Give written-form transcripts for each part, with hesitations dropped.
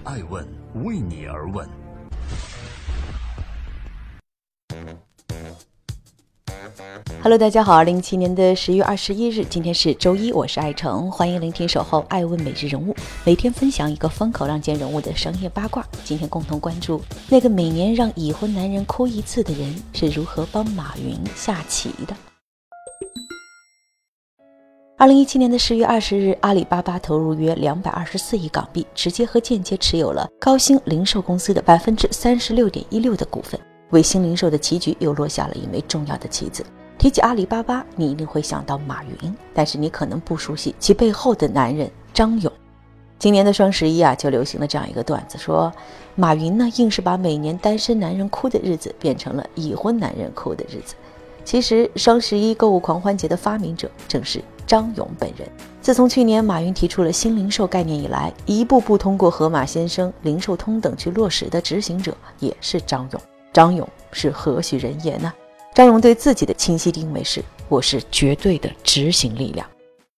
爱问为你而问。 Hello， 大家好，2017年10月21日，今天是周一，我是爱成，欢迎聆听守候爱问每日人物，每天分享一个风口浪尖人物的商业八卦。今天共同关注那个每年让已婚男人哭一次的人是如何帮马云下棋的。2017年10月20日，阿里巴巴投入约224亿港币，直接和间接持有了高鑫零售公司的 36.16% 的股份，为新零售的棋局又落下了一枚重要的棋子。提起阿里巴巴，你一定会想到马云，但是你可能不熟悉其背后的男人张勇。今年的双11就流行了这样一个段子，说马云呢硬是把每年单身男人哭的日子变成了已婚男人哭的日子。其实双11购物狂欢节的发明者正是张勇本人。自从去年马云提出了新零售概念以来，一步步通过河马先生、零售通等去落实的执行者也是张勇。张勇是何许人也呢？张勇对自己的清晰定位是：我是绝对的执行力量。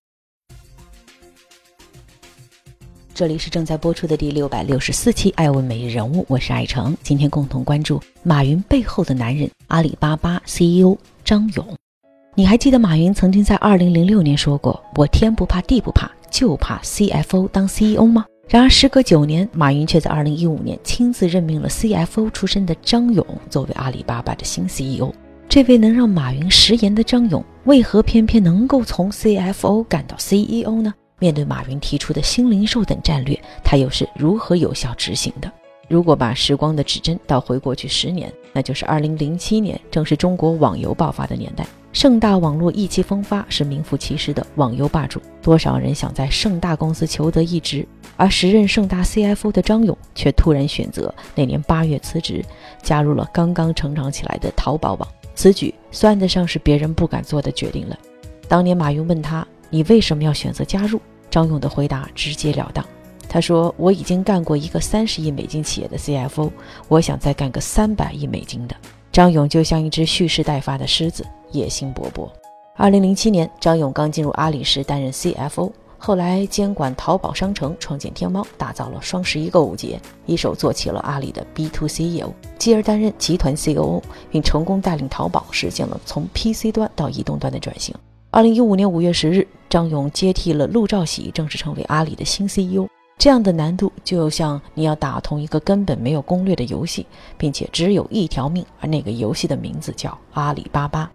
这里是正在播出的第664期爱问每日人物，我是爱成。今天共同关注马云背后的男人，阿里巴巴 CEO 张勇。你还记得马云曾经在2006年说过，我天不怕地不怕，就怕 CFO 当 CEO 吗？然而时隔9年，马云却在2015年亲自任命了 CFO 出身的张勇作为阿里巴巴的新 CEO。这位能让马云食言的张勇，为何偏偏能够从 CFO 赶到 CEO 呢？面对马云提出的新零售等战略，他又是如何有效执行的？如果把时光的指针倒回过去10年，那就是2007年，正是中国网游爆发的年代。盛大网络意气风发，是名副其实的网游霸主，多少人想在盛大公司求得一职，而时任盛大 CFO 的张勇却突然选择那年8月辞职，加入了刚刚成长起来的淘宝网。此举算得上是别人不敢做的决定了。当年马云问他，你为什么要选择加入？张勇的回答直截了当，他说，我已经干过一个30亿美金企业的 CFO， 我想再干个300亿美金的。张勇就像一只蓄势待发的狮子，野心勃勃。2007年，张勇刚进入阿里时担任 CFO， 后来监管淘宝商城，创建天猫，打造了双11购物节，一手做起了阿里的 B2C 业务，继而担任集团 COO， 并成功带领淘宝实现了从 PC 端到移动端的转型。2015年5月10日，张勇接替了陆兆禧，正式成为阿里的新 CEO。这样的难度就像你要打通一个根本没有攻略的游戏，并且只有一条命，而那个游戏的名字叫阿里巴巴。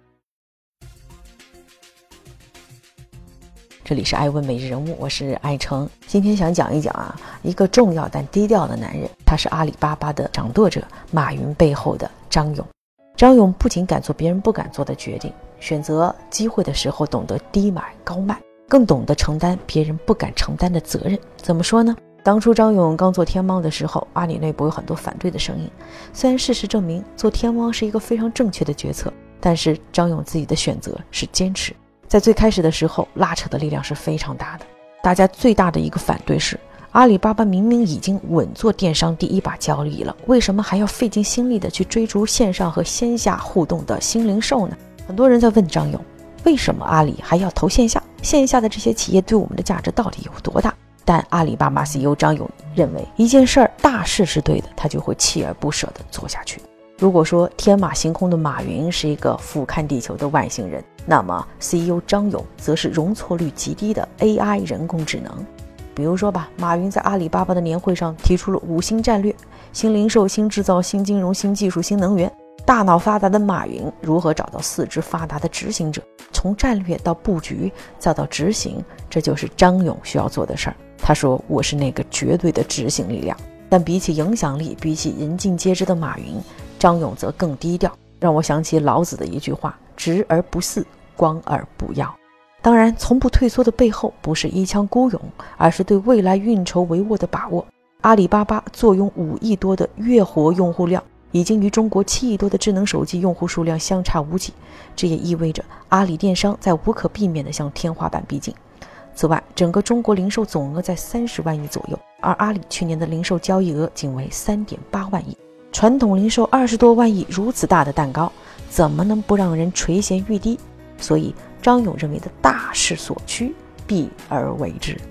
这里是爱问每日人物，我是爱成。今天想讲一讲一个重要但低调的男人，他是阿里巴巴的掌舵者马云背后的张勇。张勇不仅敢做别人不敢做的决定，选择机会的时候懂得低买高卖，更懂得承担别人不敢承担的责任。怎么说呢？当初张勇刚做天猫的时候，阿里内部有很多反对的声音。虽然事实证明做天猫是一个非常正确的决策，但是张勇自己的选择是坚持。在最开始的时候，拉扯的力量是非常大的。大家最大的一个反对是，阿里巴巴明明已经稳坐电商第一把交椅了，为什么还要费尽心力的去追逐线上和线下互动的新零售呢？很多人在问张勇，为什么阿里还要投线下？线下的这些企业对我们的价值到底有多大？但阿里巴巴 CEO 张勇认为，一件事儿大势是对的，他就会锲而不舍地做下去。如果说天马行空的马云是一个俯瞰地球的外星人，那么 CEO 张勇则是容错率极低的 AI 人工智能。比如说吧，马云在阿里巴巴的年会上提出了5新战略：新零售、新制造、新金融、新技术、新能源。大脑发达的马云如何找到4肢发达的执行者？从战略到布局再到执行，这就是张勇需要做的事儿。他说，我是那个绝对的执行力量。但比起影响力，比起人尽皆知的马云，张勇则更低调，让我想起老子的一句话：直而不肆，光而不耀。当然，从不退缩的背后不是一腔孤勇，而是对未来运筹帷幄的把握。阿里巴巴坐拥5亿多的月活用户量，已经与中国7亿多的智能手机用户数量相差无几，这也意味着阿里电商在无可避免地向天花板逼近。此外，整个中国零售总额在30万亿左右，而阿里去年的零售交易额仅为3.8万亿。传统零售20多万亿如此大的蛋糕，怎么能不让人垂涎欲滴？所以张勇认为的大势所趋，必而为之。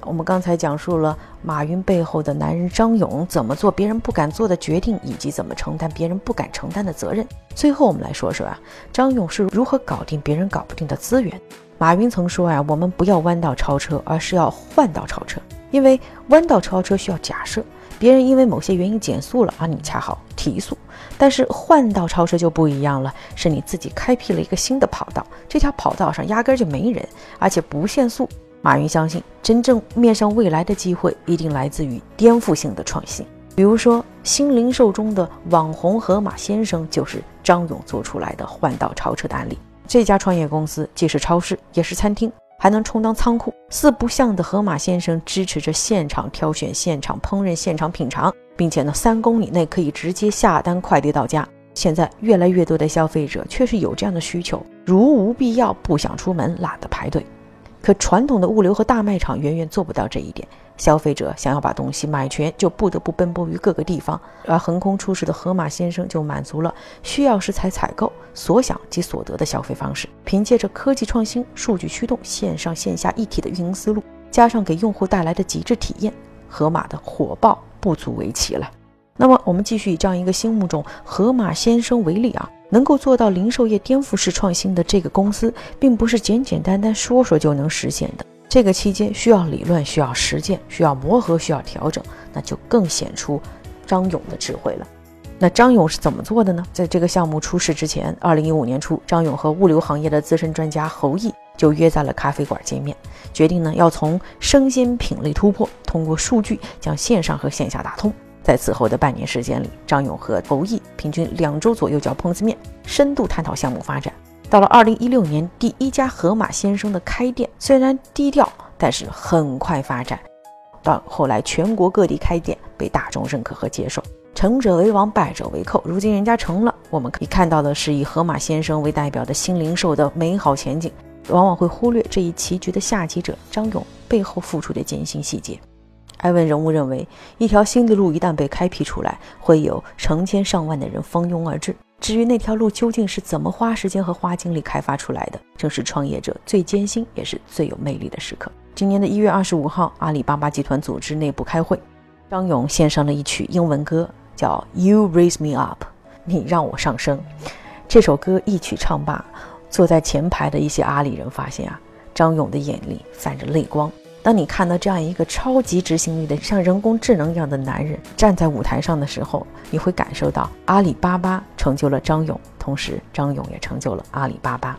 我们刚才讲述了马云背后的男人张勇怎么做别人不敢做的决定，以及怎么承担别人不敢承担的责任。最后我们来说说张勇是如何搞定别人搞不定的资源。马云曾说我们不要弯道超车，而是要换道超车。因为弯道超车需要假设别人因为某些原因减速了，而你恰好提速。但是换道超车就不一样了，是你自己开辟了一个新的跑道，这条跑道上压根就没人，而且不限速。马云相信真正面向未来的机会一定来自于颠覆性的创新。比如说新零售中的网红盒马先生就是张勇做出来的换道超车的案例。这家创业公司既是超市也是餐厅，还能充当仓库。四不像的盒马先生支持着现场挑选、现场烹饪、现场品尝，并且3公里内可以直接下单快递到家。现在越来越多的消费者确实有这样的需求，如无必要不想出门，懒得排队。可传统的物流和大卖场远远做不到这一点，消费者想要把东西买全，就不得不奔波于各个地方，而横空出世的盒马先生就满足了需要食材采购、所想即所得的消费方式。凭借着科技创新、数据驱动、线上线下一体的运营思路，加上给用户带来的极致体验，盒马的火爆不足为奇了。那么我们继续以这样一个心目中盒马先生为例能够做到零售业颠覆式创新的这个公司，并不是简简单单说说就能实现的。这个期间需要理论，需要实践，需要磨合，需要调整，那就更显出张勇的智慧了。那张勇是怎么做的呢？在这个项目出事之前，2015年初，张勇和物流行业的资深专家侯毅就约在了咖啡馆见面，决定要从生鲜品类突破，通过数据将线上和线下打通。在此后的半年时间里，张勇和侯毅平均2周左右就要碰次面，深度探讨项目发展。到了2016年，第一家盒马先生的开店，虽然低调，但是很快发展。到后来全国各地开店，被大众认可和接受。成者为王，败者为寇，如今人家成了。我们可以看到的是以盒马先生为代表的新零售的美好前景，往往会忽略这一棋局的下棋者张勇背后付出的艰辛细节。艾问人物认为，一条新的路一旦被开辟出来，会有成千上万的人蜂拥而至。至于那条路究竟是怎么花时间和花精力开发出来的，正是创业者最艰辛也是最有魅力的时刻。今年的1月25号，阿里巴巴集团组织内部开会，张勇献上了一曲英文歌，叫 You Raise Me Up， 你让我上升。这首歌一曲唱罢，坐在前排的一些阿里人发现张勇的眼里泛着泪光。当你看到这样一个超级执行力的像人工智能一样的男人站在舞台上的时候，你会感受到阿里巴巴成就了张勇，同时张勇也成就了阿里巴巴。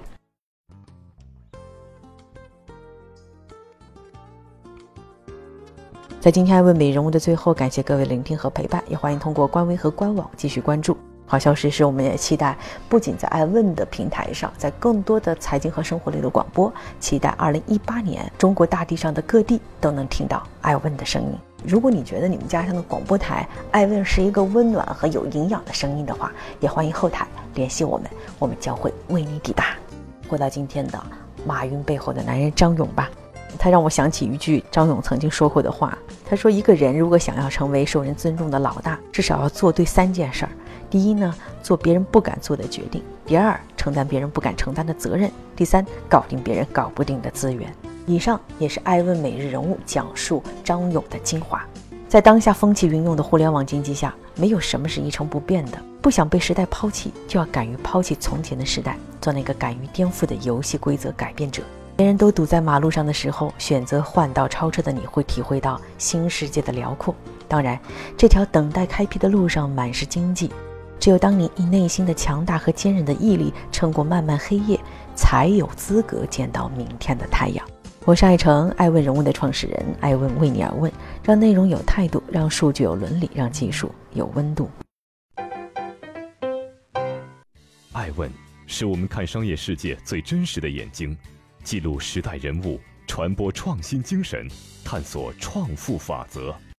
在今天爱问美人物的最后，感谢各位聆听和陪伴，也欢迎通过官微和官网继续关注。好消息是，我们也期待不仅在爱问的平台上，在更多的财经和生活类的广播，期待2018年中国大地上的各地都能听到爱问的声音。如果你觉得你们家乡的广播台爱问是一个温暖和有营养的声音的话，也欢迎后台联系我们，我们将会为你抵达。回到今天的马云背后的男人张勇吧，他让我想起一句张勇曾经说过的话，他说一个人如果想要成为受人尊重的老大，至少要做对3件事儿。第一呢，做别人不敢做的决定；第二，承担别人不敢承担的责任；第三，搞定别人搞不定的资源。以上也是爱问每日人物讲述张勇的精华。在当下风起云涌的互联网经济下，没有什么是一成不变的。不想被时代抛弃，就要敢于抛弃从前的时代，做那个敢于颠覆的游戏规则改变者。别人都堵在马路上的时候，选择换道超车的你会体会到新世界的辽阔。当然，这条等待开辟的路上满是荆棘，只有当你以内心的强大和坚韧的毅力撑过漫漫黑夜，才有资格见到明天的太阳。我是爱成，爱问人物的创始人，爱问为你而问，让内容有态度，让数据有伦理，让技术有温度。 爱问是我们看商业世界最真实的眼睛，记录时代人物，传播创新精神，探索创富法则。